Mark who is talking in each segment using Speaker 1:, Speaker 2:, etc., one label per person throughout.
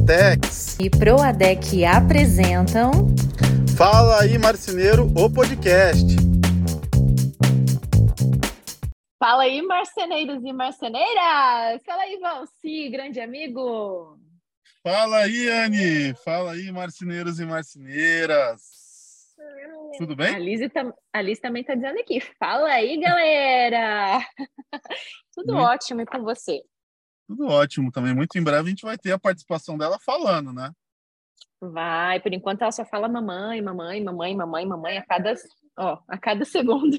Speaker 1: Duratex
Speaker 2: e Proadec apresentam
Speaker 1: Fala aí Marceneiro, o podcast.
Speaker 3: Fala aí, marceneiros e marceneiras! Fala aí, Valci, grande amigo!
Speaker 1: Fala aí, Anne! Fala aí, marceneiros e marceneiras! Tudo bem?
Speaker 3: A Liz também tá dizendo aqui. Fala aí, galera! Tudo ótimo, e com você?
Speaker 1: Tudo ótimo também. Muito em breve a gente vai ter a participação dela falando, né?
Speaker 3: Vai, por enquanto ela só fala mamãe, mamãe, mamãe, mamãe, mamãe a cada segundo.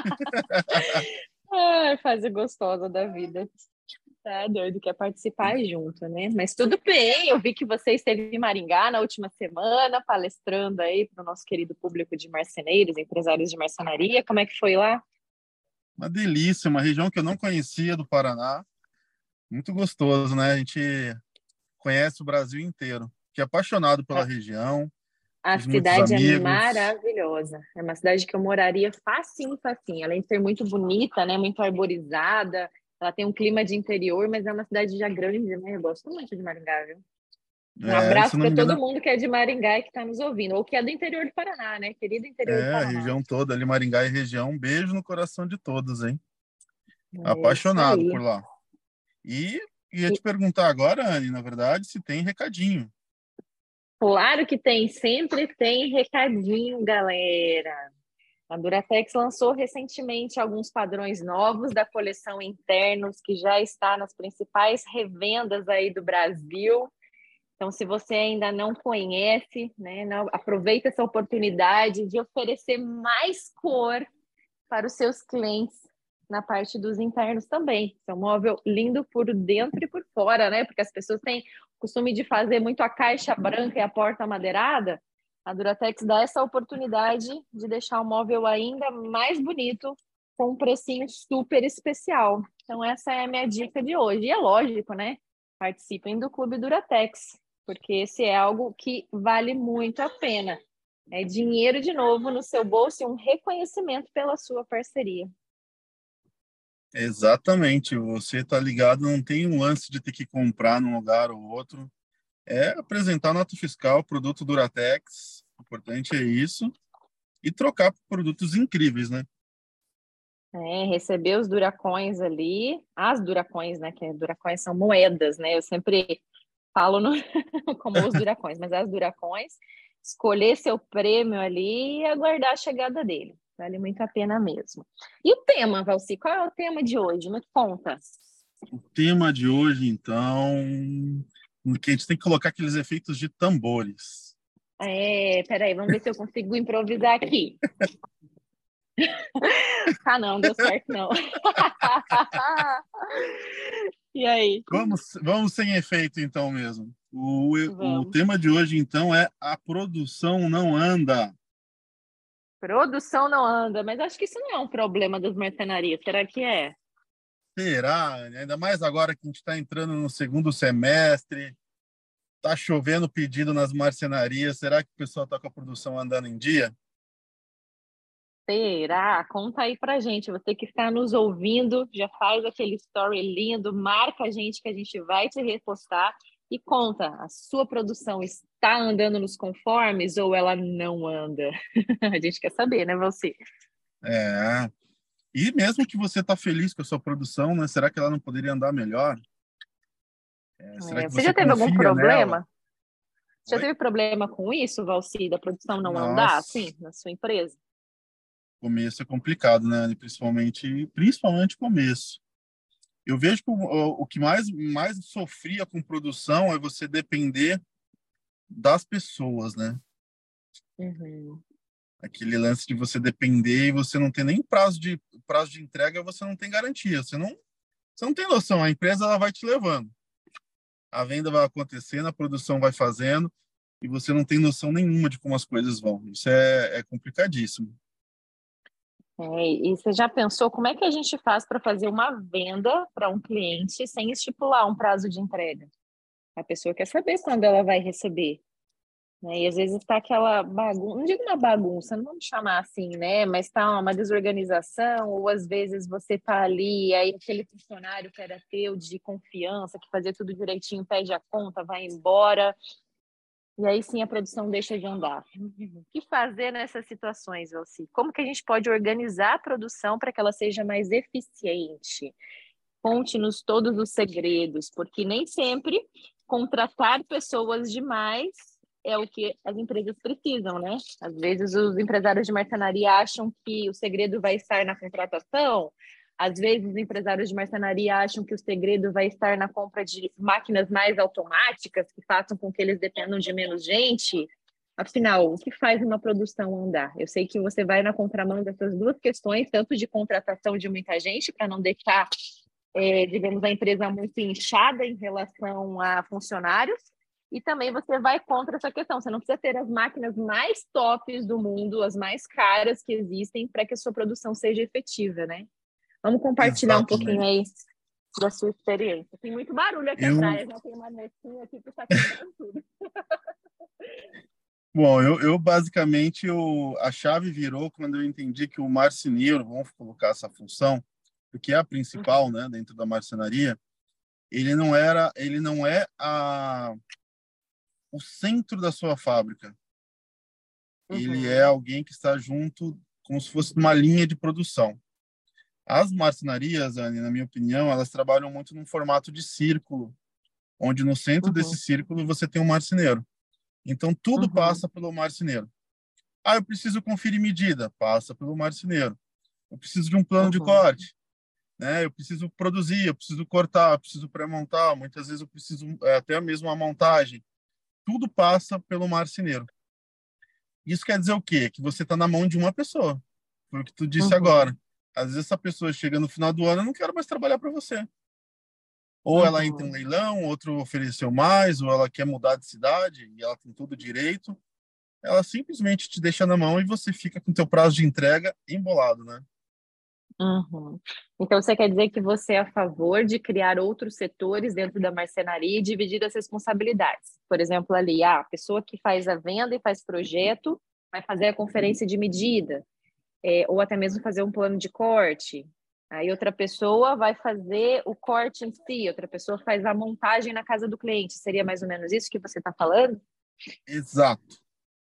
Speaker 3: Ai, fase gostosa da vida. Tá doido, quer participar junto, né? Mas tudo bem, eu vi que você esteve em Maringá na última semana, palestrando aí para o nosso querido público de marceneiros, empresários de marcenaria. Como é que foi lá?
Speaker 1: Uma delícia, uma região que eu não conhecia do Paraná. Muito gostoso, né? A gente conhece o Brasil inteiro. Fiquei apaixonado pela região.
Speaker 3: A
Speaker 1: Fiz muitos
Speaker 3: cidade é
Speaker 1: amigos.
Speaker 3: maravilhosa. É uma cidade que eu moraria facinho, facinho. Além de ser muito bonita, né? Muito arborizada. Ela tem um clima de interior, mas é uma cidade já grande, né? Eu gosto muito de Maringá, viu? Um
Speaker 1: Se
Speaker 3: abraço
Speaker 1: não
Speaker 3: para
Speaker 1: me
Speaker 3: todo
Speaker 1: engano,
Speaker 3: mundo que é de Maringá e que está nos ouvindo, ou que é do interior do Paraná, né? Querido interior do
Speaker 1: a
Speaker 3: Paraná.
Speaker 1: região toda, ali Maringá e região. Um beijo no coração de todos, hein?
Speaker 3: É isso
Speaker 1: Apaixonado
Speaker 3: aí.
Speaker 1: por lá. E ia te perguntar agora, Anne, na verdade, se tem recadinho.
Speaker 3: Claro que tem, sempre tem recadinho, galera. A Duratex lançou recentemente alguns padrões novos da coleção Internos, que já está nas principais revendas aí do Brasil. Então, se você ainda não conhece, né, aproveita essa oportunidade de oferecer mais cor para os seus clientes na parte dos internos também. É um móvel lindo por dentro e por fora, né? Porque as pessoas têm o costume de fazer muito a caixa branca e a porta amadeirada. A Duratex dá essa oportunidade de deixar o móvel ainda mais bonito, com um precinho super especial. Então, essa é a minha dica de hoje. E é lógico, né? Participem do Clube Duratex, porque esse é algo que vale muito a pena. É dinheiro de novo no seu bolso e um reconhecimento pela sua parceria.
Speaker 1: Exatamente, você tá ligado, não tem um lance de ter que comprar num lugar ou outro. É apresentar nota fiscal, produto Duratex, o importante é isso, e trocar por produtos incríveis, né?
Speaker 3: Receber os Duracoins ali, as Duracoins, né? Que Duracoins são moedas, né? Eu sempre falo como os Duracoins, mas as Duracoins, escolher seu prêmio ali e aguardar a chegada dele. Vale muito a pena mesmo. E o tema, Valci? Qual é o tema de hoje? Me conta.
Speaker 1: O tema de hoje, então, que a gente tem que colocar aqueles efeitos de tambores.
Speaker 3: Peraí, vamos ver se eu consigo improvisar aqui. Não deu certo, não. E aí?
Speaker 1: Vamos sem efeito, então, mesmo. O
Speaker 3: Vamos.
Speaker 1: tema de hoje, então, é a produção não anda.
Speaker 3: Produção não anda, mas acho que isso não é um problema das marcenarias. Será que é?
Speaker 1: Será? Ainda mais agora que a gente está entrando no segundo semestre, está chovendo pedido nas marcenarias. Será que o pessoal está com a produção andando em dia?
Speaker 3: Será? Conta aí pra gente. Você que está nos ouvindo, já faz aquele story lindo, marca a gente que a gente vai te repostar e conta, a sua produção está andando nos conformes ou ela não anda? A gente quer saber, né, Valci?
Speaker 1: E mesmo que você está feliz com a sua produção, né? Será que ela não poderia andar melhor? Será que
Speaker 3: Você
Speaker 1: você
Speaker 3: já teve algum
Speaker 1: confia nela?
Speaker 3: problema? Você já
Speaker 1: Oi?
Speaker 3: teve problema com isso, Valci, da produção não andar,
Speaker 1: Nossa,
Speaker 3: assim, na sua empresa?
Speaker 1: começo é complicado, né? Principalmente começo. Eu vejo que o que mais sofria com produção é você depender das pessoas, né?
Speaker 3: Uhum.
Speaker 1: Aquele lance de você depender e você não ter nem prazo de entrega, você não tem garantia. Você não tem noção. A empresa ela vai te levando. A venda vai acontecendo, a produção vai fazendo e você não tem noção nenhuma de como as coisas vão. Isso é complicadíssimo.
Speaker 3: E você já pensou como é que a gente faz para fazer uma venda para um cliente sem estipular um prazo de entrega? A pessoa quer saber quando ela vai receber. né? E às vezes está aquela bagunça, não digo uma bagunça, não vamos chamar assim, né? Mas está uma desorganização, ou às vezes você está ali, aí aquele funcionário que era teu de confiança, que fazia tudo direitinho, pede a conta, vai embora, e aí sim a produção deixa de andar. O que fazer nessas situações, Elci? Como que a gente pode organizar a produção para que ela seja mais eficiente? Conte-nos todos os segredos, porque nem sempre contratar pessoas demais é o que as empresas precisam, né? Às vezes os empresários de marcenaria acham que o segredo vai estar na contratação, às vezes os empresários de marcenaria acham que o segredo vai estar na compra de máquinas mais automáticas, que façam com que eles dependam de menos gente. Afinal, o que faz uma produção andar? Eu sei que você vai na contramão dessas duas questões, tanto de contratação de muita gente, para não deixar digamos, a empresa muito inchada em relação a funcionários, e também você vai contra essa questão. Você não precisa ter as máquinas mais tops do mundo, as mais caras que existem, para que a sua produção seja efetiva, né? Vamos compartilhar um pouquinho
Speaker 1: Exatamente.
Speaker 3: aí da sua experiência. Tem muito barulho aqui
Speaker 1: Eu,
Speaker 3: atrás, já tem uma mocinha aqui que está quebrando tudo.
Speaker 1: bom, eu basicamente, a chave virou quando eu entendi que o marceneiro, vamos colocar essa função, porque é a principal, né, dentro da marcenaria, ele não é o centro da sua fábrica. Ele é
Speaker 3: Uhum,
Speaker 1: alguém que está junto, como se fosse uma linha de produção. As marcenarias, Anne, na minha opinião, elas trabalham muito num formato de círculo, onde no centro desse
Speaker 3: uhum,
Speaker 1: círculo você tem um marceneiro. Então, tudo
Speaker 3: uhum,
Speaker 1: passa pelo marceneiro. Ah, eu preciso conferir medida, passa pelo marceneiro. Eu preciso de um plano de
Speaker 3: uhum,
Speaker 1: corte, né? Eu preciso produzir, eu preciso cortar, eu preciso pré-montar, muitas vezes eu preciso até mesmo a montagem. Tudo passa pelo marceneiro. Isso quer dizer o quê? Que você está na mão de uma pessoa. Foi o que tu disse agora.
Speaker 3: uhum,
Speaker 1: Às vezes essa pessoa chega no final do ano, eu não quero mais trabalhar para você. Ou ela entra em
Speaker 3: uhum.
Speaker 1: leilão, outro ofereceu mais, ou ela quer mudar de cidade e ela tem todo o direito. Ela simplesmente te deixa na mão e você fica com o teu prazo de entrega embolado, né?
Speaker 3: Uhum. Então, você quer dizer que você é a favor de criar outros setores dentro da marcenaria e dividir as responsabilidades? Por exemplo, ali, a pessoa que faz a venda e faz projeto vai fazer a conferência de medida, ou até mesmo fazer um plano de corte. Aí outra pessoa vai fazer o corte em si, outra pessoa faz a montagem na casa do cliente. Seria mais ou menos isso que você está falando?
Speaker 1: Exato.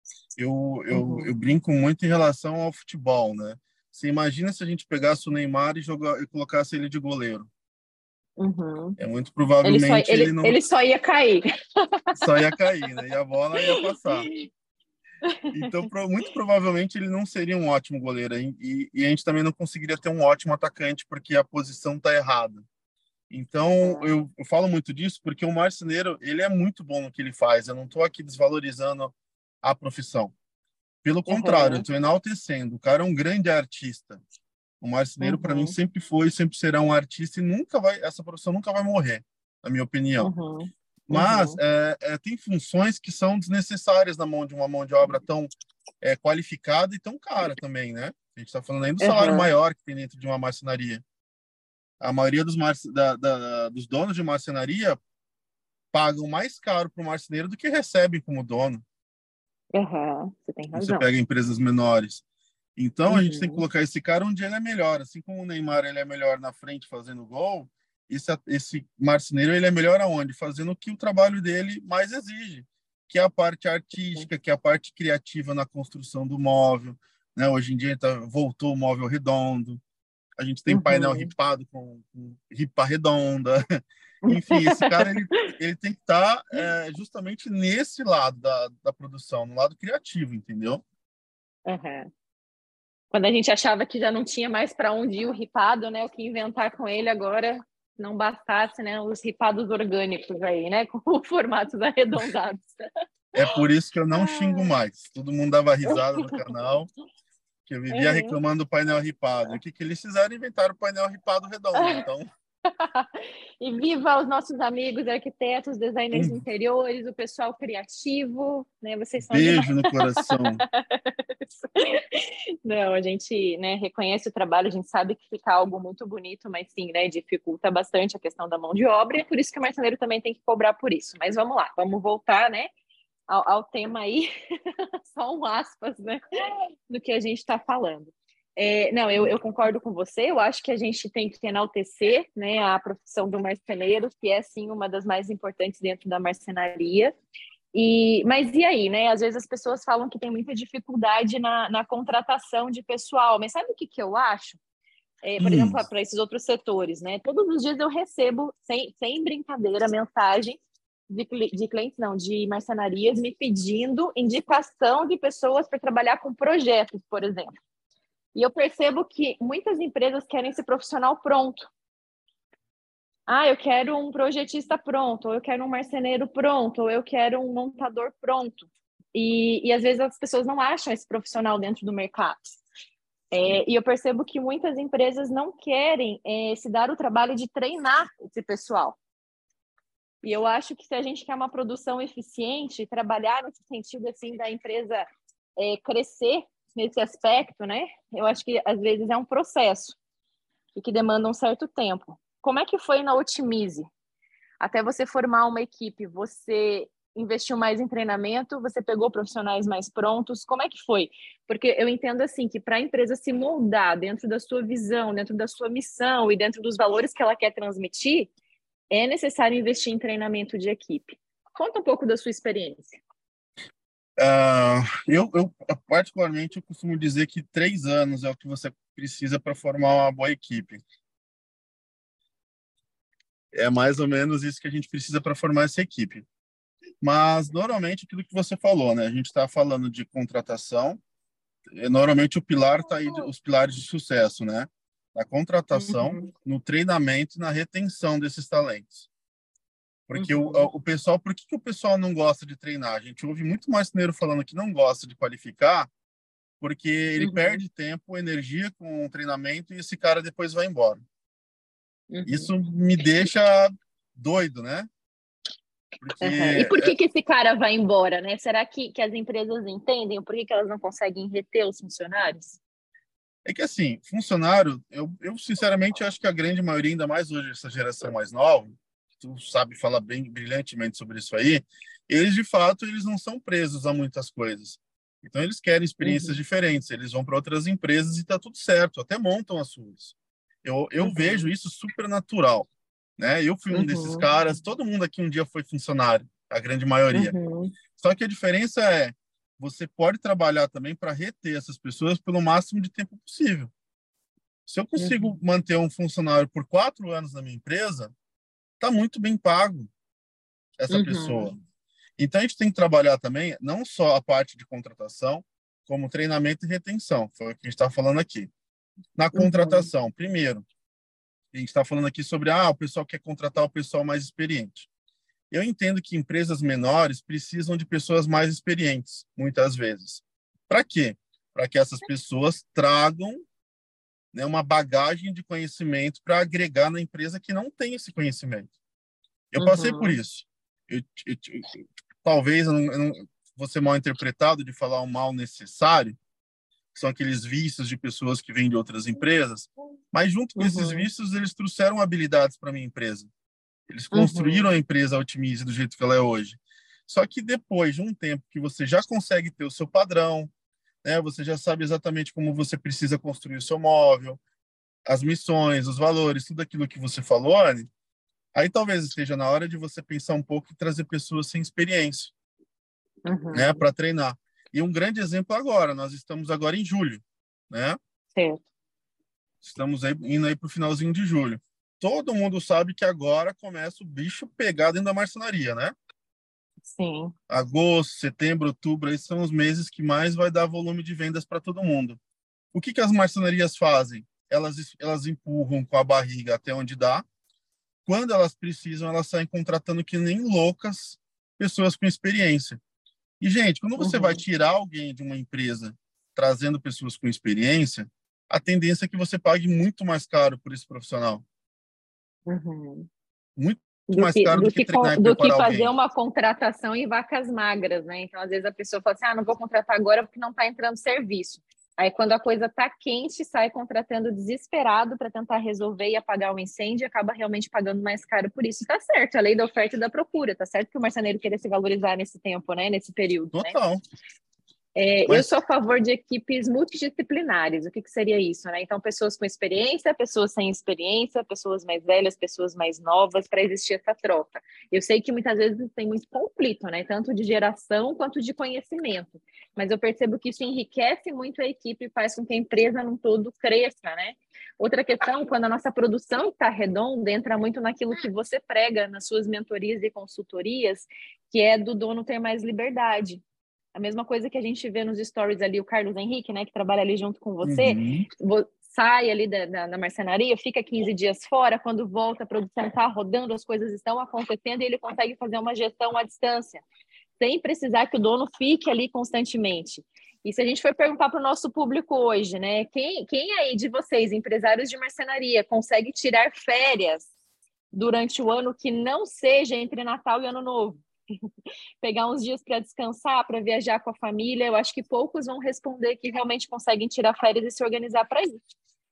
Speaker 1: Eu
Speaker 3: Uhum.
Speaker 1: brinco muito em relação ao futebol, né? Você imagina se a gente pegasse o Neymar e colocasse ele de goleiro.
Speaker 3: Uhum.
Speaker 1: É muito
Speaker 3: Ele só,
Speaker 1: provavelmente ele
Speaker 3: ele,
Speaker 1: não
Speaker 3: ele só ia cair.
Speaker 1: só ia cair, né? E a bola ia passar. Então, muito provavelmente ele não seria um ótimo goleiro e a gente também não conseguiria ter um ótimo atacante porque a posição está errada. Então,
Speaker 3: Uhum.
Speaker 1: eu falo muito disso porque o marceneiro, ele é muito bom no que ele faz. Eu não estou aqui desvalorizando a profissão. Pelo contrário, eu
Speaker 3: Uhum.
Speaker 1: estou enaltecendo. O cara é um grande artista. O marceneiro, para mim,
Speaker 3: Uhum.
Speaker 1: sempre foi e sempre será um artista e essa profissão nunca vai morrer, na minha opinião.
Speaker 3: Uhum.
Speaker 1: Mas
Speaker 3: Uhum.
Speaker 1: tem funções que são desnecessárias na mão de uma mão de obra tão qualificada e tão cara também, né? A gente está falando aí do salário
Speaker 3: Uhum.
Speaker 1: maior que tem dentro de uma marcenaria. A maioria dos donos de marcenaria pagam mais caro para o marceneiro do que recebem como dono.
Speaker 3: Uhum. Você tem
Speaker 1: Você
Speaker 3: razão.
Speaker 1: pega empresas menores. Então a gente tem que
Speaker 3: Uhum.
Speaker 1: colocar esse cara onde ele é melhor. Assim como o Neymar ele é melhor na frente fazendo gol, esse marceneiro ele é melhor aonde? Fazendo o que o trabalho dele mais exige, que é a parte artística, que é a parte criativa na construção do móvel. Né? Hoje em dia voltou o móvel redondo. A gente tem painel
Speaker 3: Uhum.
Speaker 1: ripado com ripa redonda. Enfim, esse cara ele tem que estar justamente nesse lado da produção, no lado criativo, entendeu?
Speaker 3: Uhum. Quando a gente achava que já não tinha mais para onde ir o ripado, né? O que inventar com ele agora não bastasse, né? Os ripados orgânicos aí, né? Com formatos arredondados.
Speaker 1: É por isso que eu não xingo
Speaker 3: Ah.
Speaker 1: mais. Todo mundo dava risada no canal, que eu vivia
Speaker 3: Uhum.
Speaker 1: reclamando do painel ripado. E o que eles fizeram? Inventaram o painel ripado redondo. Então,
Speaker 3: E viva os nossos amigos arquitetos, designers de
Speaker 1: um
Speaker 3: interiores, o pessoal criativo, né? Vocês são demais.
Speaker 1: beijo no coração.
Speaker 3: Não, a gente, né, reconhece o trabalho, a gente sabe que fica algo muito bonito, mas sim, né, dificulta bastante a questão da mão de obra, e é por isso que o marceneiro também tem que cobrar por isso. Mas vamos lá, vamos voltar, né, ao tema aí, só um aspas, né, no que a gente está falando. Não, eu concordo com você, eu acho que a gente tem que enaltecer, né, a profissão do marceneiro, que é, sim, uma das mais importantes dentro da marcenaria. Mas e aí, né? Às vezes as pessoas falam que tem muita dificuldade na contratação de pessoal, mas sabe o que eu acho? Por exemplo, para esses outros setores, né? Todos os dias eu recebo, sem brincadeira, mensagem de clientes, não, de marcenarias me pedindo indicação de pessoas para trabalhar com projetos, por exemplo. E eu percebo que muitas empresas querem esse profissional pronto. Eu quero um projetista pronto, ou eu quero um marceneiro pronto, ou eu quero um montador pronto. E às vezes as pessoas não acham esse profissional dentro do mercado. E eu percebo que muitas empresas não querem se dar o trabalho de treinar esse pessoal. E eu acho que se a gente quer uma produção eficiente, trabalhar nesse sentido assim da empresa crescer nesse aspecto, né? Eu acho que às vezes é um processo e que demanda um certo tempo. Como é que foi na Otimize? Até você formar uma equipe, você investiu mais em treinamento, você pegou profissionais mais prontos, como é que foi? Porque eu entendo assim que para a empresa se moldar dentro da sua visão, dentro da sua missão e dentro dos valores que ela quer transmitir, é necessário investir em treinamento de equipe. Conta um pouco da sua experiência.
Speaker 1: Eu particularmente, eu costumo dizer que 3 anos é o que você precisa para formar uma boa equipe. É mais ou menos isso que a gente precisa para formar essa equipe. Mas, normalmente, aquilo que você falou, né? A gente está falando de contratação, normalmente o pilar está aí, os pilares de sucesso, né? Na contratação, no treinamento e na retenção desses talentos. Porque o pessoal, por que o pessoal não gosta de treinar? A gente ouve muito marceneiro falando que não gosta de qualificar, porque ele perde tempo, energia com o treinamento e esse cara depois vai embora. Isso me deixa doido, né? Porque
Speaker 3: E por que esse cara vai embora, né? Será que as empresas entendem por que elas não conseguem reter os funcionários?
Speaker 1: é que assim, funcionário, eu sinceramente acho que a grande maioria, ainda mais hoje, essa geração mais nova, tu sabe falar bem brilhantemente sobre isso aí, eles de fato eles não são presos a muitas coisas. Então eles querem experiências diferentes, eles vão para outras empresas e tá tudo certo, até montam as suas. Eu vejo isso super natural, né? Eu fui um desses caras, todo mundo aqui um dia foi funcionário, a grande maioria. Só que a diferença é, você pode trabalhar também para reter essas pessoas pelo máximo de tempo possível. Se eu consigo manter um funcionário por 4 anos na minha empresa, está muito bem pago essa pessoa. Então, a gente tem que trabalhar também, não só a parte de contratação, como treinamento e retenção. Foi o que a gente está falando aqui. Na contratação, primeiro, a gente está falando aqui sobre o pessoal quer contratar o pessoal mais experiente. Eu entendo que empresas menores precisam de pessoas mais experientes, muitas vezes. Para quê? Para que essas pessoas tragam, né, uma bagagem de conhecimento para agregar na empresa que não tem esse conhecimento. Eu passei por isso. Talvez eu não vou ser mal interpretado de falar um mal necessário, que são aqueles vícios de pessoas que vêm de outras empresas, mas junto com esses vícios, eles trouxeram habilidades para a minha empresa. Eles construíram a empresa Otimize do jeito que ela é hoje. Só que depois de um tempo que você já consegue ter o seu padrão, né, você já sabe exatamente como você precisa construir o seu móvel, as missões, os valores, tudo aquilo que você falou, Anne, aí talvez esteja na hora de você pensar um pouco e trazer pessoas sem experiência, né, para treinar. E um grande exemplo agora, nós estamos agora em julho, né?
Speaker 3: Certo.
Speaker 1: Estamos indo aí para o finalzinho de julho. Todo mundo sabe que agora começa o bicho pegar dentro da marcenaria, né?
Speaker 3: Sim.
Speaker 1: Agosto, setembro, outubro, esses são os meses que mais vai dar volume de vendas para todo mundo. O que as marcenarias fazem? Elas empurram com a barriga até onde dá. Quando elas precisam, elas saem contratando que nem loucas pessoas com experiência. E, gente, quando você vai tirar alguém de uma empresa trazendo pessoas com experiência, a tendência é que você pague muito mais caro por esse profissional. Muito mais caro do que treinar e preparar
Speaker 3: fazer
Speaker 1: alguém.
Speaker 3: uma contratação em vacas magras, né? Então, às vezes a pessoa fala assim, não vou contratar agora porque não está entrando serviço. Aí, quando a coisa tá quente, sai contratando desesperado para tentar resolver e apagar o incêndio e acaba realmente pagando mais caro por isso. Tá certo, a lei da oferta e da procura, tá certo que o marceneiro queria se valorizar nesse tempo, né? Nesse período, né?
Speaker 1: Total.
Speaker 3: Eu
Speaker 1: Mas
Speaker 3: sou a favor de equipes multidisciplinares. O que seria isso, né? Então, pessoas com experiência, pessoas sem experiência, pessoas mais velhas, pessoas mais novas, para existir essa troca. Eu sei que muitas vezes tem muito conflito, né? Tanto de geração quanto de conhecimento. Mas eu percebo que isso enriquece muito a equipe e faz com que a empresa num todo cresça, né? Outra questão, quando a nossa produção está redonda, entra muito naquilo que você prega nas suas mentorias e consultorias, que é do dono ter mais liberdade. A mesma coisa que a gente vê nos stories ali, o Carlos Henrique, né, que trabalha ali junto com você,
Speaker 1: uhum,
Speaker 3: sai ali da marcenaria, fica 15 dias fora, quando volta a produção está rodando, as coisas estão acontecendo e ele consegue fazer uma gestão à distância, sem precisar que o dono fique ali constantemente. E se a gente for perguntar para o nosso público hoje, né, quem aí de vocês, empresários de marcenaria, consegue tirar férias durante o ano que não seja entre Natal e Ano Novo? Pegar uns dias para descansar, para viajar com a família, eu acho que poucos vão responder que realmente conseguem tirar férias e se organizar para isso.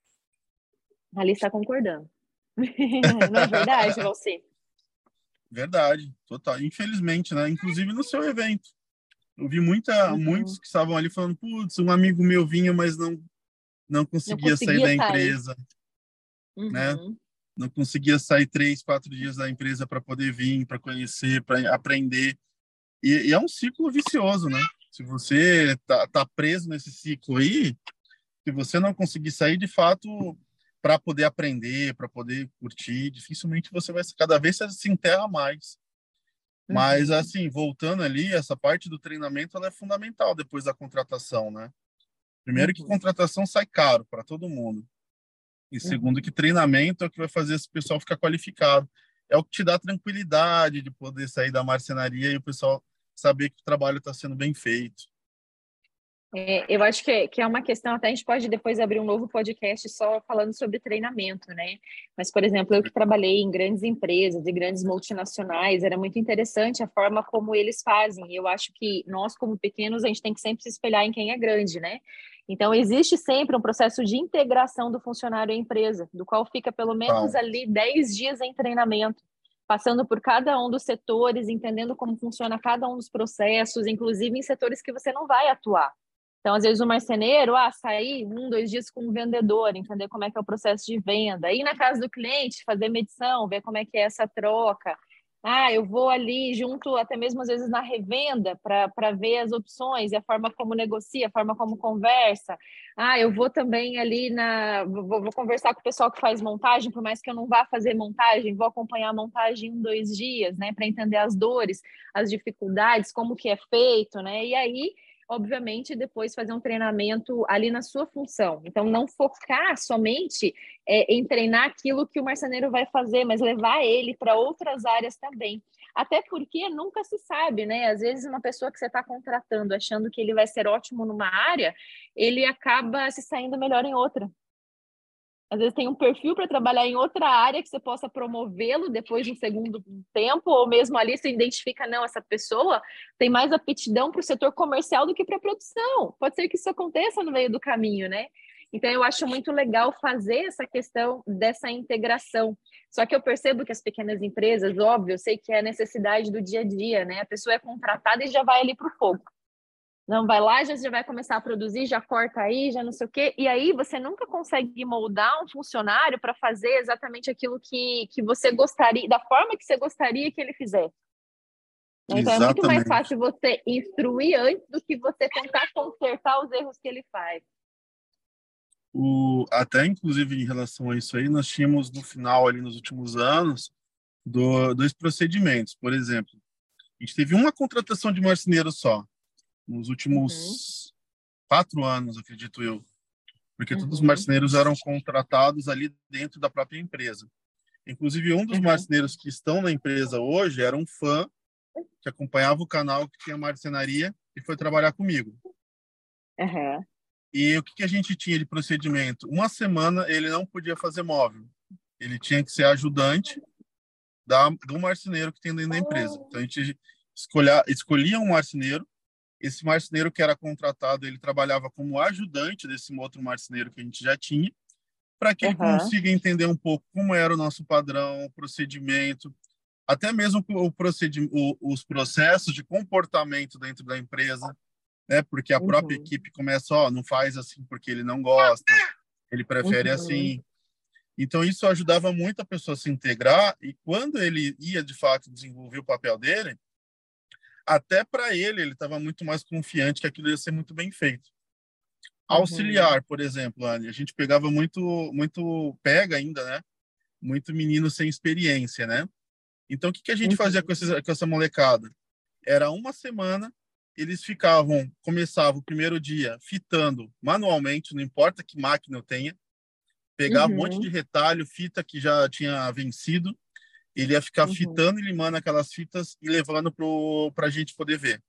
Speaker 3: A Alice está concordando. Não é verdade, Valci?
Speaker 1: verdade, total. Infelizmente, né? Inclusive no seu evento. Eu vi muitos
Speaker 3: Uhum.
Speaker 1: que estavam ali falando, putz, um amigo meu vinha, mas não
Speaker 3: Não
Speaker 1: conseguia sair
Speaker 3: conseguia
Speaker 1: da
Speaker 3: sair.
Speaker 1: empresa, né?
Speaker 3: Uhum.
Speaker 1: Não conseguia sair 3, 4 dias da empresa para poder vir, para conhecer, para aprender. E é um ciclo vicioso, né? Se você tá preso nesse ciclo aí, se você não conseguir sair de fato para poder aprender, para poder curtir, dificilmente você vai, cada vez você se enterra mais. Mas
Speaker 3: Uhum.
Speaker 1: assim, voltando ali, essa parte do treinamento ela é fundamental depois da contratação, né? Primeiro que
Speaker 3: Uhum.
Speaker 1: contratação sai caro para todo mundo. E segundo que
Speaker 3: Uhum.
Speaker 1: treinamento é o que vai fazer esse pessoal ficar qualificado. É o que te dá tranquilidade de poder sair da marcenaria e o pessoal saber que o trabalho está sendo bem feito.
Speaker 3: Eu acho que é uma questão, até a gente pode depois abrir um novo podcast só falando sobre treinamento, né? Mas, por exemplo, eu que trabalhei em grandes empresas e grandes multinacionais, era muito interessante a forma como eles fazem. Eu acho que nós, como pequenos, a gente tem que sempre se espelhar em quem é grande, né? Então, existe sempre um processo de integração do funcionário à empresa, do qual fica pelo menos
Speaker 1: Tal.
Speaker 3: ali 10 dias em treinamento, passando por cada um dos setores, entendendo como funciona cada um dos processos, inclusive em setores que você não vai atuar. Então, às vezes, o marceneiro, sair 1, 2 dias com o vendedor, entender como é que é o processo de venda, ir na casa do cliente, fazer medição, ver como é que é essa troca. Eu vou ali junto, até mesmo às vezes na revenda, para ver as opções e a forma como negocia, a forma como conversa. Eu vou também ali vou conversar com o pessoal que faz montagem, por mais que eu não vá fazer montagem, vou acompanhar a montagem 1, 2 dias, né, para entender as dores, as dificuldades, como que é feito, né? E aí obviamente, depois fazer um treinamento ali na sua função. Então, não focar somente em treinar aquilo que o marceneiro vai fazer, mas levar ele para outras áreas também. Até porque nunca se sabe, né? Às vezes, uma pessoa que você está contratando achando que ele vai ser ótimo numa área, ele acaba se saindo melhor em outra. Às vezes tem um perfil para trabalhar em outra área que você possa promovê-lo depois de um segundo tempo, ou mesmo ali você identifica, não, essa pessoa tem mais aptidão para o setor comercial do que para a produção. Pode ser que isso aconteça no meio do caminho, né? Então, eu acho muito legal fazer essa questão dessa integração. Só que eu percebo que as pequenas empresas, óbvio, eu sei que é a necessidade do dia a dia, né? A pessoa é contratada e já vai ali para o fogo. Não, vai lá, já vai começar a produzir, já corta aí, já não sei o quê. E aí você nunca consegue moldar um funcionário para fazer exatamente aquilo que você gostaria, da forma que você gostaria que ele fizesse. Então é muito mais
Speaker 1: Exatamente.
Speaker 3: fácil você instruir antes do que você tentar consertar os erros que ele faz.
Speaker 1: Até, inclusive, em relação a isso aí, nós tínhamos no final, ali nos últimos anos, dois procedimentos. Por exemplo, a gente teve uma contratação de marceneiro só, nos
Speaker 3: Uhum,
Speaker 1: últimos 4 anos, acredito eu, porque todos os
Speaker 3: uhum,
Speaker 1: marceneiros eram contratados ali dentro da própria empresa. Inclusive, um dos
Speaker 3: uhum,
Speaker 1: marceneiros que estão na empresa hoje era um fã que acompanhava o canal que tinha marcenaria e foi trabalhar comigo.
Speaker 3: uhum.
Speaker 1: E o que a gente tinha de procedimento? Uma semana ele não podia fazer móvel. Ele tinha que ser ajudante do marceneiro que tem dentro da empresa. Então a gente escolhia um marceneiro Esse marceneiro que era contratado, ele trabalhava como ajudante desse outro marceneiro que a gente já tinha, para que ele
Speaker 3: Aham.
Speaker 1: consiga entender um pouco como era o nosso padrão, o procedimento, até mesmo os processos de comportamento dentro da empresa, né? Porque a própria
Speaker 3: Uhum.
Speaker 1: equipe começa, ó, não faz assim porque ele não gosta, ele prefere
Speaker 3: Uhum.
Speaker 1: assim. Então isso ajudava muito a pessoa a se integrar e quando ele ia de fato desenvolver o papel dele, até para ele estava muito mais confiante que aquilo ia ser muito bem feito.
Speaker 3: Uhum.
Speaker 1: Auxiliar, por exemplo, Anny, a gente pegava muito, pega ainda, né? Muito menino sem experiência, né? Então, o que que a gente fazia
Speaker 3: Uhum.
Speaker 1: com essa molecada? Era uma semana, eles começavam o primeiro dia fitando manualmente, não importa que máquina eu tenha, pegava um monte de
Speaker 3: Uhum.
Speaker 1: retalho, fita que já tinha vencido, ele ia ficar
Speaker 3: Uhum.
Speaker 1: fitando e limando aquelas fitas e levando para a gente poder ver,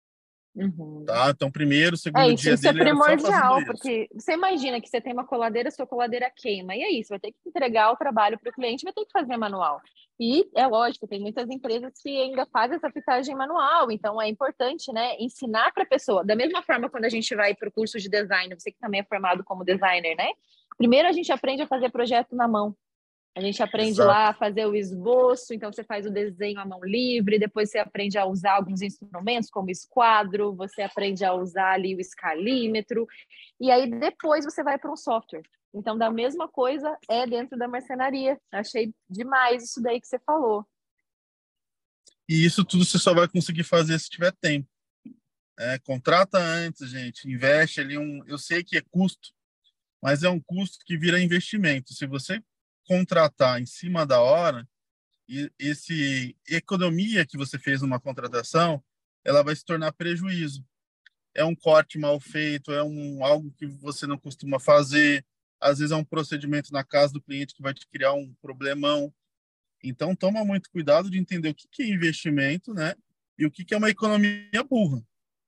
Speaker 3: Uhum.
Speaker 1: tá? Então, primeiro,
Speaker 3: É
Speaker 1: segundo
Speaker 3: isso,
Speaker 1: dia
Speaker 3: isso é
Speaker 1: dele era só fazendo
Speaker 3: primordial,
Speaker 1: isso.
Speaker 3: porque você imagina que você tem uma coladeira, sua coladeira queima, e é isso, vai ter que entregar o trabalho para o cliente, vai ter que fazer manual. E é lógico, tem muitas empresas que ainda fazem essa fitagem manual, então é importante, né, ensinar para a pessoa. Da mesma forma, quando a gente vai para o curso de design, você que também é formado como designer, né? Primeiro a gente aprende a fazer projeto na mão. A gente aprende lá
Speaker 1: Exato.
Speaker 3: a fazer o esboço, então você faz o desenho à mão livre, depois você aprende a usar alguns instrumentos, como esquadro, você aprende a usar ali o escalímetro, e aí depois você vai para um software. Então, da mesma coisa é dentro da marcenaria. Achei demais isso daí que você falou.
Speaker 1: E isso tudo você só vai conseguir fazer se tiver tempo. Contrata antes, gente, investe ali eu sei que é custo, mas é um custo que vira investimento. Se você contratar em cima da hora, e esse economia que você fez numa contratação, ela vai se tornar prejuízo. É um corte mal feito, algo que você não costuma fazer, às vezes é um procedimento na casa do cliente que vai te criar um problemão. Então, toma muito cuidado de entender o que que é investimento, né? E o que que é uma economia burra.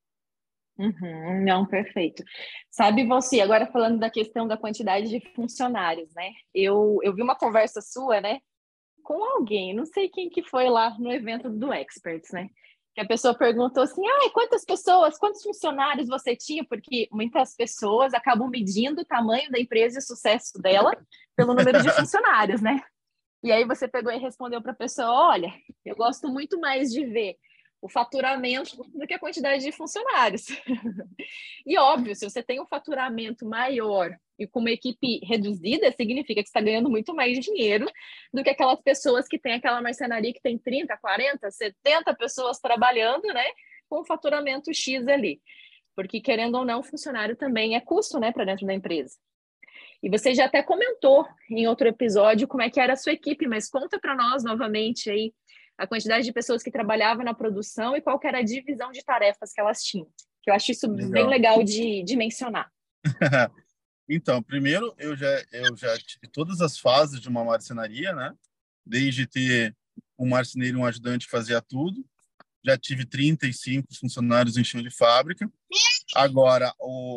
Speaker 3: Uhum, não, perfeito. Sabe você, agora falando da questão da quantidade de funcionários, né? Eu vi uma conversa sua, né, com alguém, não sei quem que foi lá no evento do Experts, né? Que a pessoa perguntou assim, quantas pessoas, quantos funcionários você tinha? Porque muitas pessoas acabam medindo o tamanho da empresa e o sucesso dela pelo número de funcionários, né? E aí você pegou e respondeu para a pessoa, olha, eu gosto muito mais de ver o faturamento do que a quantidade de funcionários. E óbvio, se você tem um faturamento maior e com uma equipe reduzida, significa que você está ganhando muito mais dinheiro do que aquelas pessoas que têm aquela marcenaria que tem 30, 40, 70 pessoas trabalhando, né? Com um faturamento X ali. Porque, querendo ou não, o funcionário também é custo, né, para dentro da empresa. E você já até comentou em outro episódio como é que era a sua equipe, mas conta para nós novamente aí a quantidade de pessoas que trabalhavam na produção e qual que era a divisão de tarefas que elas tinham. Que eu acho isso bem
Speaker 1: Legal.
Speaker 3: legal de mencionar.
Speaker 1: Então, primeiro, eu já tive todas as fases de uma marcenaria, né? Desde ter um marceneiro e um ajudante que fazia tudo. Já tive 35 funcionários em chão de fábrica. Agora,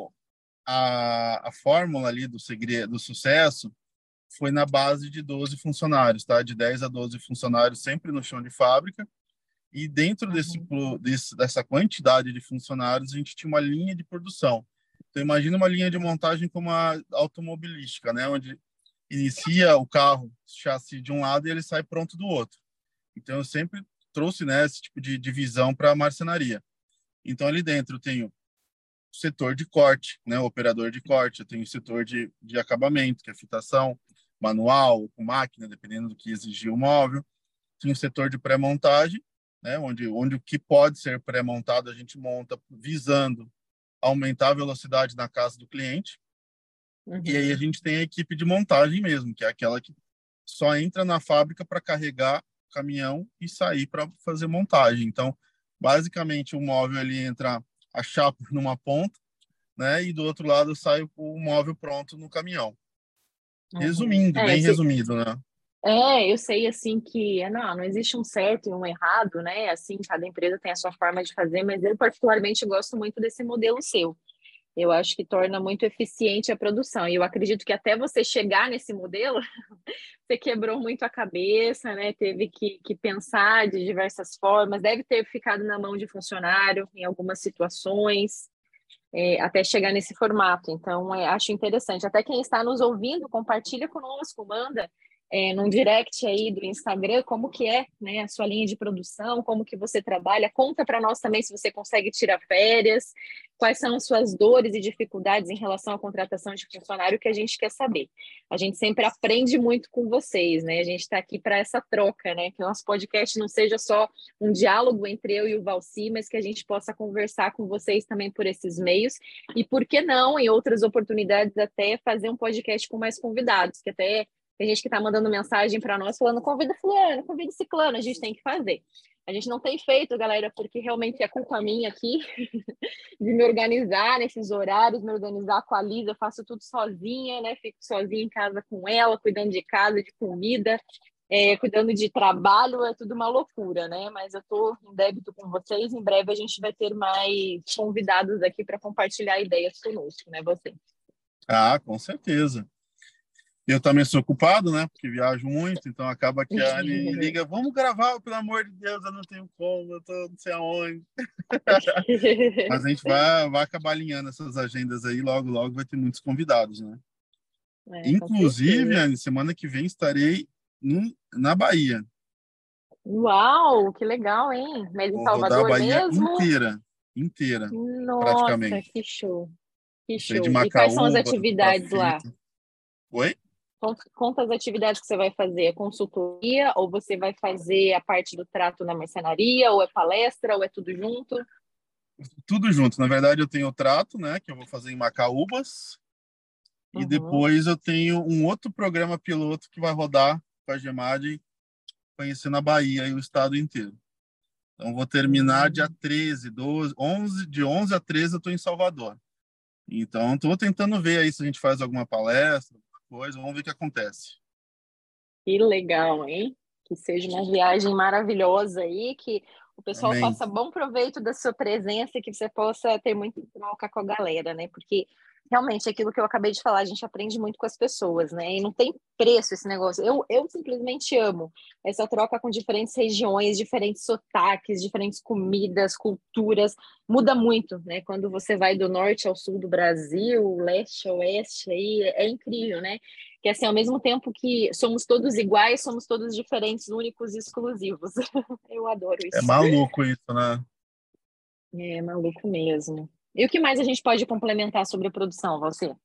Speaker 1: a fórmula ali do segredo, do sucesso foi na base de 12 funcionários, tá? De 10 a 12 funcionários sempre no chão de fábrica. E dentro
Speaker 3: Uhum.
Speaker 1: dessa quantidade de funcionários, a gente tinha uma linha de produção. Então, imagina uma linha de montagem como a automobilística, né? Onde inicia o carro, chassi de um lado e ele sai pronto do outro. Então, eu sempre trouxe, né, esse tipo de divisão para a marcenaria. Então, ali dentro eu tenho o setor de corte, né, o operador de corte, eu tenho o setor de acabamento, que é fitação, manual, com máquina, dependendo do que exigir o móvel. Tem o setor de pré-montagem, né, onde o que pode ser pré-montado a gente monta visando aumentar a velocidade na casa do cliente. E aí a
Speaker 3: Uhum.
Speaker 1: gente tem a equipe de montagem mesmo, que é aquela que só entra na fábrica para carregar o caminhão e sair para fazer montagem. Então, basicamente, o móvel ele entra a chapa numa ponta, né, e do outro lado sai o móvel pronto no caminhão.
Speaker 3: Uhum.
Speaker 1: Resumindo, bem resumido, né?
Speaker 3: Eu sei assim que não existe um certo e um errado, né? Assim, cada empresa tem a sua forma de fazer, mas eu particularmente gosto muito desse modelo seu. Eu acho que torna muito eficiente a produção. E eu acredito que até você chegar nesse modelo, você quebrou muito a cabeça, né? Teve que pensar de diversas formas, deve ter ficado na mão de funcionário em algumas situações, até chegar nesse formato. Então, acho interessante. Até quem está nos ouvindo, compartilha conosco, manda num direct aí do Instagram como que é, né, a sua linha de produção, como que você trabalha. Conta para nós também se você consegue tirar férias, quais são as suas dores e dificuldades em relação à contratação de funcionário, que a gente quer saber. A gente sempre aprende muito com vocês, né? A gente está aqui para essa troca, né? Que o nosso podcast não seja só um diálogo entre eu e o Valci, mas que a gente possa conversar com vocês também por esses meios. E por que não, em outras oportunidades, até fazer um podcast com mais convidados, que até tem gente que está mandando mensagem para nós falando: convida fulano, convida ciclano, a gente tem que fazer. A gente não tem feito, galera, porque realmente é culpa minha aqui de me organizar nesses horários, me organizar com a Lisa, eu faço tudo sozinha, né? Fico sozinha em casa com ela, cuidando de casa, de comida, cuidando de trabalho, é tudo uma loucura, né? Mas eu estou em débito com vocês, em breve a gente vai ter mais convidados aqui para compartilhar ideias conosco, né, você?
Speaker 1: Ah, com certeza. Eu também sou culpado, né? Porque viajo muito, então acaba que a Anne liga: vamos gravar, pelo amor de Deus, eu não tenho como, eu tô não sei aonde. Mas a gente vai acabar alinhando essas agendas aí, logo, logo vai ter muitos convidados, né?
Speaker 3: Com
Speaker 1: Inclusive,
Speaker 3: certeza.
Speaker 1: Anne, semana que vem estarei na Bahia.
Speaker 3: Uau, que legal, hein? Mas em
Speaker 1: Vou rodar a
Speaker 3: Salvador
Speaker 1: Bahia
Speaker 3: mesmo?
Speaker 1: inteira,
Speaker 3: Nossa,
Speaker 1: praticamente.
Speaker 3: que show, que
Speaker 1: Vou sair de
Speaker 3: show. E quais são as
Speaker 1: Macaúba, vou para
Speaker 3: atividades lá?
Speaker 1: Fita. Oi?
Speaker 3: Conta as atividades que você vai fazer. É consultoria ou você vai fazer a parte do trato na marcenaria, ou é palestra, ou é tudo junto?
Speaker 1: Tudo junto. Na verdade, eu tenho o trato, né? Que eu vou fazer em Macaúbas. E
Speaker 3: Uhum.
Speaker 1: depois eu tenho um outro programa piloto que vai rodar com a Gemad, conhecendo a Bahia e o estado inteiro. Então, vou terminar dia
Speaker 3: Hum.
Speaker 1: 13, 12, 11, de 11 a 13 eu estou em Salvador. Então, estou tentando ver aí se a gente faz alguma palestra, alguma coisa, vamos ver o que acontece.
Speaker 3: Que legal, hein? Que seja uma viagem maravilhosa aí, que o pessoal
Speaker 1: Amém.
Speaker 3: faça bom proveito da sua presença, que você possa ter muita troca com a galera, né? Porque realmente aquilo que eu acabei de falar, a gente aprende muito com as pessoas, né? E não tem preço esse negócio. Eu simplesmente amo essa troca com diferentes regiões, diferentes sotaques, diferentes comidas, culturas. Muda muito, né? Quando você vai do norte ao sul do Brasil, leste a oeste, aí é incrível, né? Que assim, ao mesmo tempo que somos todos iguais, somos todos diferentes, únicos e exclusivos. Eu adoro
Speaker 1: É
Speaker 3: isso.
Speaker 1: maluco isso, né?
Speaker 3: É maluco mesmo. E o que mais a gente pode complementar sobre a produção, você?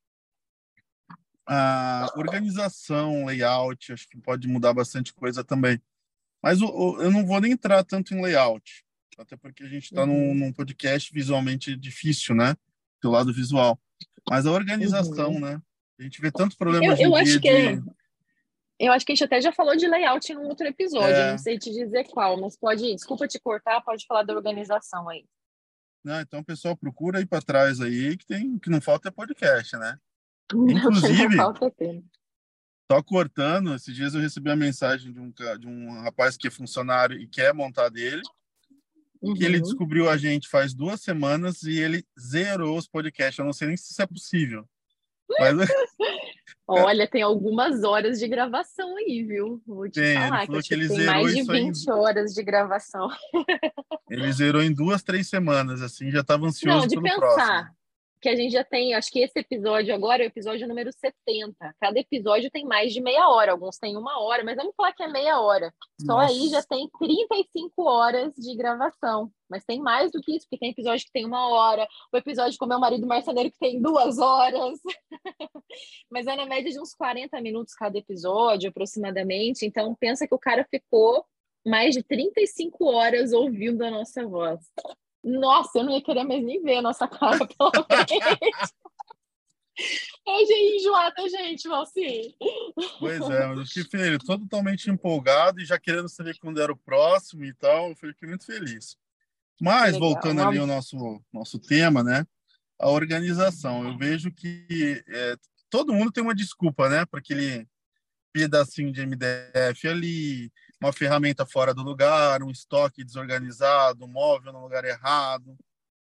Speaker 1: A organização, layout, acho que pode mudar bastante coisa também. Mas eu não vou nem entrar tanto em layout, até porque a gente está
Speaker 3: Uhum.
Speaker 1: num podcast visualmente difícil, né? Do lado visual. Mas a organização,
Speaker 3: Uhum.
Speaker 1: né? A gente vê tanto problema
Speaker 3: Eu,
Speaker 1: hoje em
Speaker 3: eu
Speaker 1: dia
Speaker 3: acho que
Speaker 1: de.
Speaker 3: eu acho que a gente até já falou de layout em um outro episódio. Eu não
Speaker 1: É,
Speaker 3: sei te dizer qual, mas pode, desculpa te cortar, pode falar da organização aí.
Speaker 1: né? Então, o pessoal procura ir para trás aí, que não falta é podcast, né?
Speaker 3: Não, que não
Speaker 1: Inclusive,
Speaker 3: falta tempo.
Speaker 1: só cortando, esses dias eu recebi a mensagem de um rapaz que é funcionário e quer montar dele, que ele
Speaker 3: Uhum.
Speaker 1: descobriu a gente faz 2 semanas e ele zerou os podcasts. Eu não sei nem se isso é possível. Mas
Speaker 3: Olha, tem algumas horas de gravação aí, viu? Vou te
Speaker 1: tem, ele
Speaker 3: falar que
Speaker 1: falou
Speaker 3: acho
Speaker 1: que
Speaker 3: que
Speaker 1: ele
Speaker 3: tem
Speaker 1: zerou
Speaker 3: mais de
Speaker 1: isso em
Speaker 3: 20 horas de gravação.
Speaker 1: ele zerou em 2, 3 semanas, assim, já estava
Speaker 3: Não,
Speaker 1: ansioso
Speaker 3: de
Speaker 1: pelo próximo.
Speaker 3: pensar que a gente já tem, acho que esse episódio agora é o episódio número 70. Cada episódio tem mais de meia hora, alguns têm 1 hora, mas vamos falar que é meia hora. Só aí já
Speaker 1: Nossa,
Speaker 3: tem 35 horas de gravação. Mas tem mais do que isso, porque tem episódio que tem 1 hora, o episódio com meu marido marceneiro que tem 2 horas. Mas é na média de uns 40 minutos cada episódio, aproximadamente. Então pensa que o cara ficou mais de 35 horas ouvindo a nossa voz. Nossa, eu não ia querer mais nem ver a nossa cara pela frente. É gente enjoada, gente, Valci.
Speaker 1: pois é, mas eu fiquei feliz, totalmente empolgado e já querendo saber quando era o próximo e tal, eu fiquei muito feliz.
Speaker 3: Que
Speaker 1: Mas
Speaker 3: legal.
Speaker 1: voltando ali ao nosso tema, né? A organização. Eu vejo que todo mundo tem uma desculpa, né? Para aquele pedacinho de MDF ali, uma ferramenta fora do lugar, um estoque desorganizado, um móvel no lugar errado.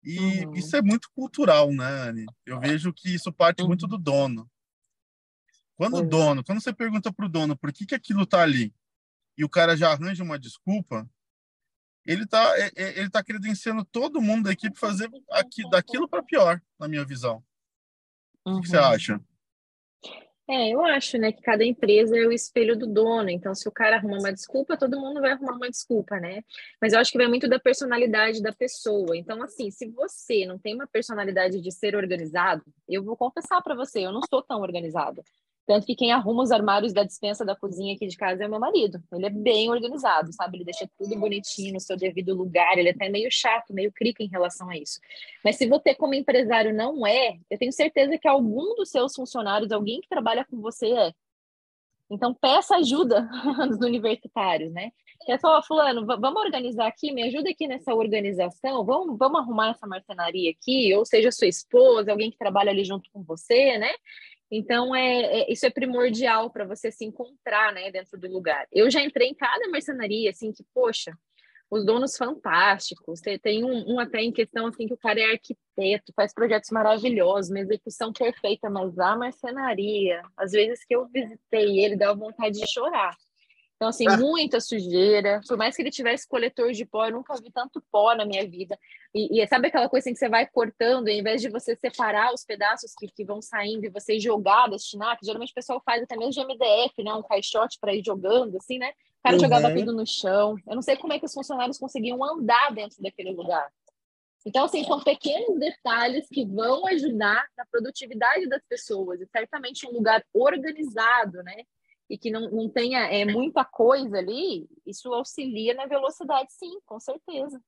Speaker 1: E
Speaker 3: Uhum.
Speaker 1: isso é muito cultural, né, Anne? Eu vejo que isso parte muito do
Speaker 3: Uhum.
Speaker 1: dono.
Speaker 3: Exato.
Speaker 1: Quando você pergunta para o dono por que aquilo está ali e o cara já arranja uma desculpa, ele tá credenciando todo mundo da equipe fazer daquilo para pior, na minha visão. O que você
Speaker 3: Uhum.
Speaker 1: acha?
Speaker 3: Eu acho, né, que cada empresa é o espelho do dono. Então, se o cara arruma uma desculpa, todo mundo vai arrumar uma desculpa, né? Mas eu acho que vai muito da personalidade da pessoa. Então, assim, se você não tem uma personalidade de ser organizado, eu vou confessar para você, eu não sou tão organizada. Tanto que quem arruma os armários da despensa da cozinha aqui de casa é o meu marido. Ele é bem organizado, sabe? Ele deixa tudo bonitinho no seu devido lugar. Ele é até meio chato, meio crica em relação a isso. Mas se você, como empresário, não é, eu tenho certeza que algum dos seus funcionários, alguém que trabalha com você é. Então, peça ajuda dos universitários, né? É só, fulano, vamos organizar aqui, me ajuda aqui nessa organização, vamos arrumar essa marcenaria aqui, ou seja, sua esposa, alguém que trabalha ali junto com você, né? Então, isso é primordial para você se encontrar, né, dentro do lugar. Eu já entrei em cada marcenaria, assim, que, poxa, os donos fantásticos. Tem um até em questão assim que o cara é arquiteto, faz projetos maravilhosos, uma execução perfeita, mas a marcenaria, às vezes que eu visitei ele, dava vontade de chorar. Então, assim, muita sujeira. Por mais que ele tivesse coletor de pó, eu nunca vi tanto pó na minha vida. E sabe aquela coisa assim que você vai cortando, e ao invés de você separar os pedaços que vão saindo e você jogar, destinar, que geralmente o pessoal faz até mesmo de MDF, né? Um caixote para ir jogando, assim, né? O cara jogava
Speaker 1: Uhum.
Speaker 3: tudo no chão. Eu não sei como é que os funcionários conseguiam andar dentro daquele lugar. Então, assim, são pequenos detalhes que vão ajudar na produtividade das pessoas. E certamente um lugar organizado, né? E que não tenha muita coisa ali, isso auxilia na velocidade, sim, com certeza.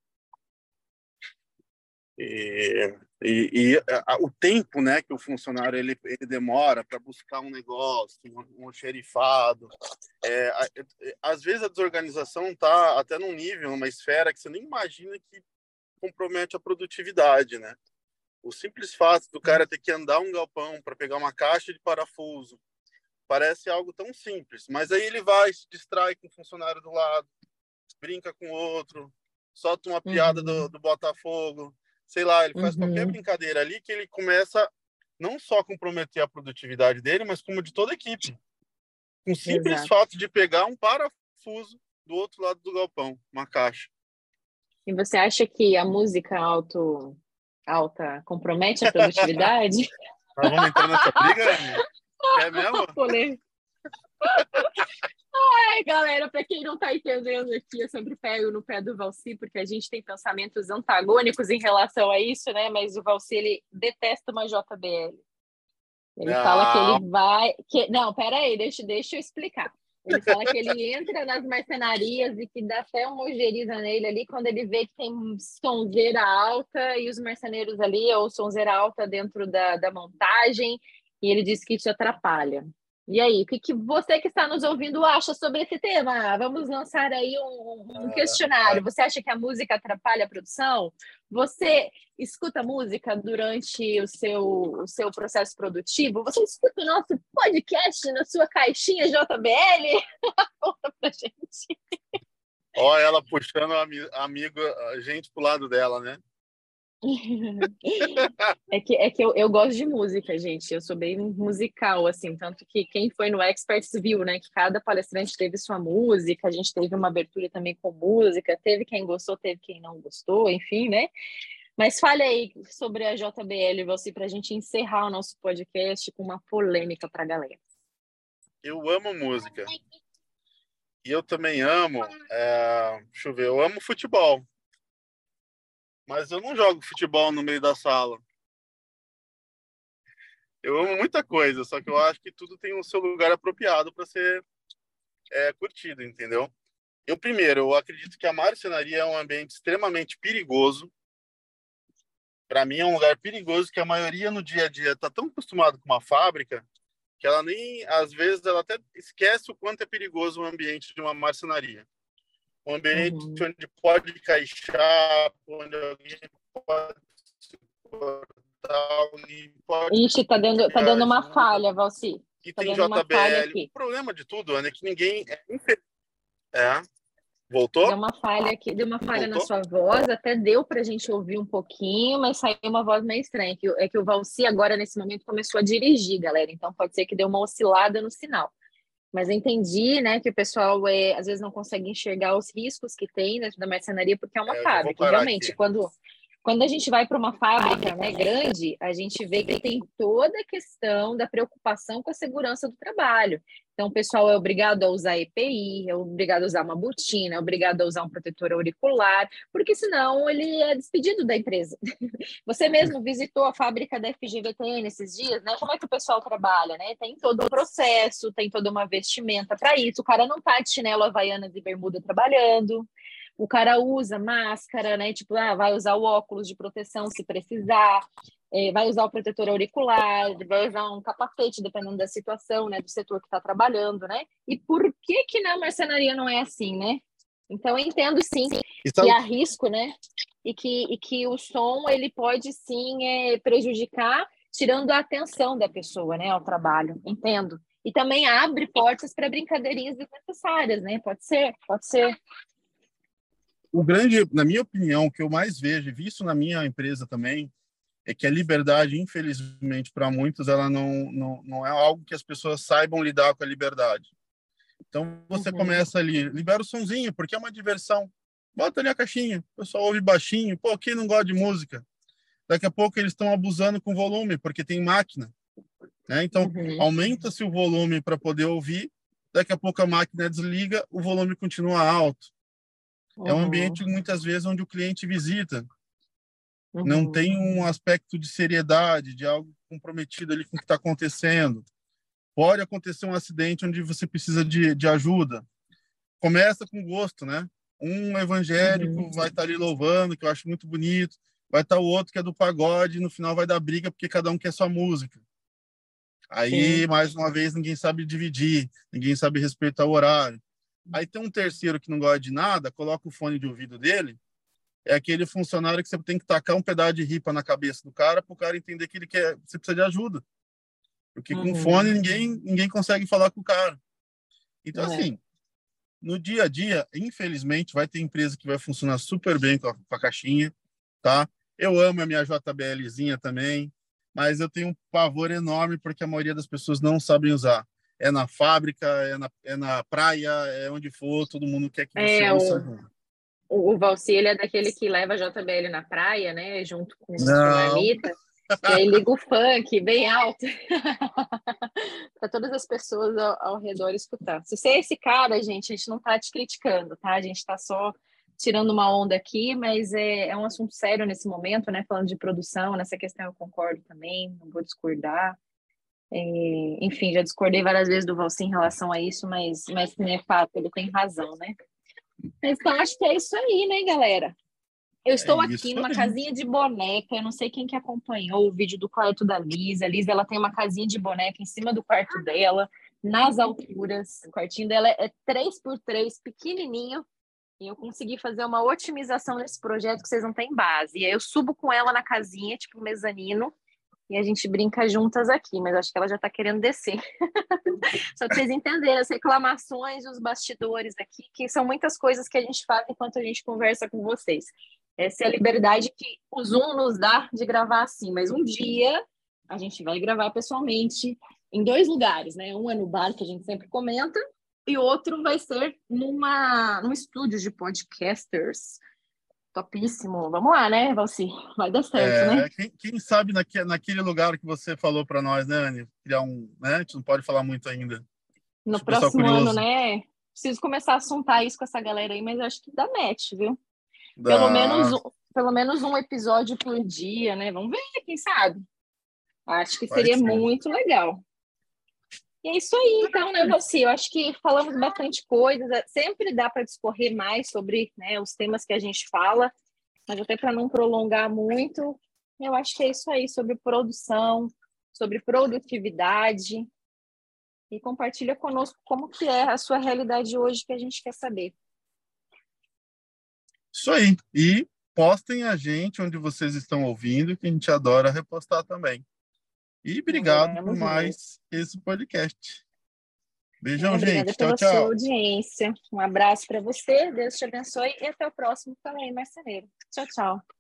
Speaker 1: O tempo, né, que o funcionário ele demora para buscar um negócio, um xerifado, às vezes a desorganização está até num nível, numa esfera que você nem imagina que compromete a produtividade, né? O simples fato do cara ter que andar um galpão para pegar uma caixa de parafuso parece algo tão simples, mas aí ele vai, se distrai com o funcionário do lado, brinca com o outro, solta uma piada
Speaker 3: Uhum,
Speaker 1: do Botafogo, sei lá, ele faz qualquer
Speaker 3: uhum,
Speaker 1: brincadeira ali que ele começa não só a comprometer a produtividade dele, mas como de toda a equipe. Com o simples
Speaker 3: exato.
Speaker 1: fato de pegar um parafuso do outro lado do galpão, uma caixa.
Speaker 3: E você acha que a música alta compromete a produtividade?
Speaker 1: Nós vamos entrar nessa briga, Anne? Quer mesmo?
Speaker 3: Polêmica. Galera, para quem não está entendendo aqui, eu sempre pego no pé do Valci, porque a gente tem pensamentos antagônicos em relação a isso, né? Mas o Valci, ele detesta uma JBL. Ele fala que
Speaker 1: Não.
Speaker 3: ele vai. Não, peraí, deixa eu explicar. Ele fala que ele entra nas marcenarias e que dá até uma ojeriza nele ali quando ele vê que tem sonzeira alta e os marceneiros ali, ou sonzeira alta dentro da montagem, e ele diz que isso atrapalha. E aí, o que você que está nos ouvindo acha sobre esse tema? Vamos lançar aí um questionário. Você acha que a música atrapalha a produção? Você escuta música durante o seu processo produtivo? Você escuta o nosso podcast na sua caixinha JBL? Conta pra gente.
Speaker 1: Ó, ela puxando amigo, a gente pro lado dela, né?
Speaker 3: É que eu gosto de música, gente. Eu sou bem musical, assim. Tanto que quem foi no Experts viu, né? Que cada palestrante teve sua música. A gente teve uma abertura também com música. Teve quem gostou, teve quem não gostou, enfim, né? Mas fale aí sobre a JBL, você, para a gente encerrar o nosso podcast com uma polêmica para a galera.
Speaker 1: Eu amo música. E eu também amo, deixa eu ver, eu amo futebol. Mas eu não jogo futebol no meio da sala. Eu amo muita coisa, só que eu acho que tudo tem o seu lugar apropriado para ser curtido, entendeu? Eu acredito que a marcenaria é um ambiente extremamente perigoso. Para mim, é um lugar perigoso que a maioria no dia a dia está tão acostumado com uma fábrica que ela nem, às vezes, ela até esquece o quanto é perigoso o ambiente de uma marcenaria. Um ambiente
Speaker 3: Uhum.
Speaker 1: onde pode caixar, onde alguém pode se cortar, alguém pode
Speaker 3: Ixi, tá dando uma
Speaker 1: ajuda,
Speaker 3: falha, Valci.
Speaker 1: que
Speaker 3: Tá
Speaker 1: tem
Speaker 3: dando uma falha
Speaker 1: JBL. O
Speaker 3: aqui.
Speaker 1: problema de tudo, Ana, é que ninguém é. Voltou?
Speaker 3: Deu uma falha aqui, deu uma falha na
Speaker 1: Voltou?
Speaker 3: sua voz, até deu para a gente ouvir um pouquinho, mas saiu uma voz meio estranha. É que o Valci agora, nesse momento, começou a dirigir, galera. Então pode ser que deu uma oscilada no sinal. Mas eu entendi, né, que o pessoal às vezes não consegue enxergar os riscos que tem dentro da marcenaria, porque é uma
Speaker 1: Eu já vou
Speaker 3: fábrica. E
Speaker 1: parar
Speaker 3: realmente,
Speaker 1: aqui.
Speaker 3: quando a gente vai para uma fábrica, né, grande, a gente vê que tem toda a questão da preocupação com a segurança do trabalho. Então, o pessoal é obrigado a usar EPI, é obrigado a usar uma botina, é obrigado a usar um protetor auricular, porque senão ele é despedido da empresa. Você mesmo visitou a fábrica da FGVTN esses dias, né? Como é que o pessoal trabalha, né? Tem todo o processo, tem toda uma vestimenta para isso. O cara não tá de chinelo, havaianas e bermuda trabalhando. O cara usa máscara, né? Tipo, vai usar o óculos de proteção se precisar, vai usar o protetor auricular, vai usar um capacete, dependendo da situação, né? Do setor que está trabalhando, né? E por que que na marcenaria não é assim, né? Então, eu entendo sim que há risco, né? E que o som ele pode sim prejudicar, tirando a atenção da pessoa, né, ao trabalho. Entendo. E também abre portas para brincadeirinhas desnecessárias, né? Pode ser, pode ser.
Speaker 1: O grande, na minha opinião, o que eu mais vejo, e vi isso na minha empresa também, é que a liberdade, infelizmente, para muitos, ela não é algo que as pessoas saibam lidar com a liberdade. Então, você começa ali, libera o sonzinho, porque é uma diversão. Bota ali a caixinha, o pessoal ouve baixinho. Pô, quem não gosta de música? Daqui a pouco eles estão abusando com volume, porque tem máquina, né? Então, aumenta-se o volume para poder ouvir, daqui a pouco a máquina desliga, o volume continua alto. É um ambiente, muitas vezes, onde o cliente visita. Não tem um aspecto de seriedade, de algo comprometido ali com o que está acontecendo. Pode acontecer um acidente onde você precisa de ajuda. Começa com gosto, né? Um evangélico vai estar ali louvando, que eu acho muito bonito. Vai estar o outro que é do pagode, e no final vai dar briga porque cada um quer sua música. Aí, mais uma vez, ninguém sabe dividir, ninguém sabe respeitar o horário. Aí tem um terceiro que não gosta de nada, coloca o fone de ouvido dele, é aquele funcionário que você tem que tacar um pedaço de ripa na cabeça do cara para o cara entender que ele quer, você precisa de ajuda. Porque com fone ninguém consegue falar com o cara. Então, assim, no dia a dia, infelizmente, vai ter empresa que vai funcionar super bem com a caixinha, tá? Eu amo a minha JBLzinha também, mas eu tenho um pavor enorme porque a maioria das pessoas não sabem usar. É na fábrica, é na praia, é onde for, todo mundo quer que você ouça.
Speaker 3: O Valci, ele é daquele que leva a JBL na praia, né? Junto com a
Speaker 1: Não.
Speaker 3: marmita. E aí liga o funk bem alto para todas as pessoas ao redor escutar. Se você é esse cara, gente, a gente não está te criticando, tá? A gente está só tirando uma onda aqui, mas é um assunto sério nesse momento, né? Falando de produção, nessa questão eu concordo também, não vou discordar. Enfim, já discordei várias vezes do Valci em relação a isso, mas sim, é fato, ele tem razão, né? Então, acho que é isso aí, né, galera? Eu
Speaker 1: É
Speaker 3: estou aqui
Speaker 1: isso
Speaker 3: numa
Speaker 1: aí.
Speaker 3: casinha de boneca. Eu não sei quem que acompanhou o vídeo do quarto da Lisa. A Lisa, ela tem uma casinha de boneca em cima do quarto dela, nas alturas. O quartinho dela é 3x3, pequenininho. E eu consegui fazer uma otimização nesse projeto que vocês não têm base. E aí eu subo com ela na casinha, tipo um mezanino, e a gente brinca juntas aqui. Mas acho que ela já está querendo descer. Só para vocês entenderem as reclamações dos bastidores aqui, que são muitas coisas que a gente faz enquanto a gente conversa com vocês. Essa é a liberdade que o Zoom nos dá de gravar assim, mas um dia a gente vai gravar pessoalmente em 2 lugares, né? Um é no bar, que a gente sempre comenta, e outro vai ser num estúdio de podcasters. Topíssimo. Vamos lá, né, Valci? Vai dar certo, né?
Speaker 1: Quem sabe naquele lugar que você falou para nós, né, Anny? Criar né? A gente não pode falar muito ainda.
Speaker 3: No
Speaker 1: Deixa o pessoal
Speaker 3: próximo ano,
Speaker 1: curioso.
Speaker 3: né? Preciso começar a assuntar isso com essa galera aí, mas acho que dá match, viu?
Speaker 1: Dá.
Speaker 3: Pelo menos um episódio por dia, né? Vamos ver, quem sabe? Acho que
Speaker 1: Vai
Speaker 3: seria
Speaker 1: sim.
Speaker 3: muito legal. E é isso aí, então, né, você? Eu acho que falamos bastante coisa. Sempre dá para discorrer mais sobre, né, os temas que a gente fala, mas até para não prolongar muito, eu acho que é isso aí, sobre produção, sobre produtividade. E compartilha conosco como que é a sua realidade hoje, que a gente quer saber.
Speaker 1: Isso aí. E postem a gente onde vocês estão ouvindo, que a gente adora repostar também. E obrigado por
Speaker 3: Adoramos mesmo.
Speaker 1: mais esse podcast. Beijão,
Speaker 3: Obrigada
Speaker 1: gente. Tchau,
Speaker 3: pela sua
Speaker 1: tchau.
Speaker 3: audiência. Um abraço para você, Deus te abençoe e até o próximo Fala aí, Marceneiro. Tchau, tchau.